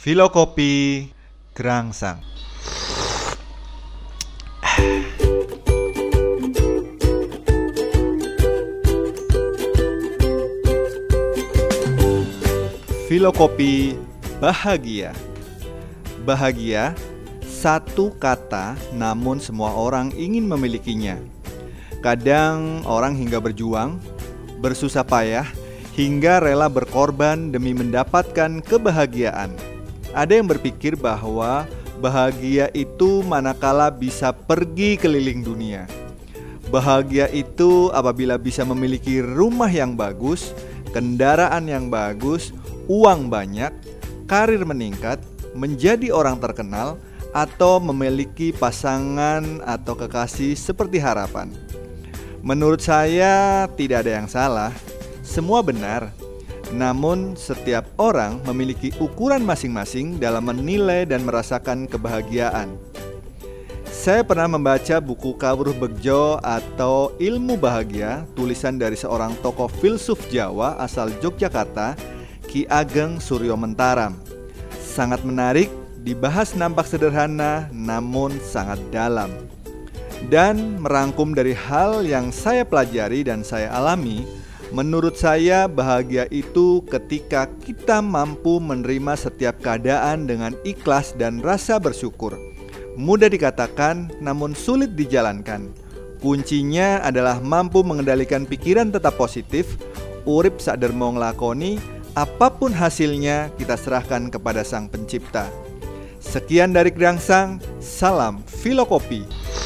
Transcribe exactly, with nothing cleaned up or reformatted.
Filokopi Gerangsang. Filokopi bahagia. Bahagia, satu kata namun semua orang ingin memilikinya. Kadang orang hingga berjuang, bersusah payah, hingga rela berkorban demi mendapatkan kebahagiaan. Ada yang berpikir bahwa bahagia itu manakala bisa pergi keliling dunia. Bahagia itu apabila bisa memiliki rumah yang bagus, kendaraan yang bagus, uang banyak, karir meningkat, menjadi orang terkenal, atau memiliki pasangan atau kekasih seperti harapan. Menurut saya tidak ada yang salah, semua benar. Namun setiap orang memiliki ukuran masing-masing dalam menilai dan merasakan kebahagiaan. Saya pernah membaca buku Kawruh Begjo atau Ilmu Bahagia, tulisan dari seorang tokoh filsuf Jawa asal Yogyakarta, Ki Ageng Suryo Mentaram. Sangat menarik, dibahas nampak sederhana namun sangat dalam. Dan merangkum dari hal yang saya pelajari dan saya alami, menurut saya bahagia itu ketika kita mampu menerima setiap keadaan dengan ikhlas dan rasa bersyukur. Mudah dikatakan namun sulit dijalankan. Kuncinya adalah mampu mengendalikan pikiran tetap positif, urip sadermo nglakoni, apapun hasilnya kita serahkan kepada Sang Pencipta. Sekian dari Gerangsang, salam Filokopi.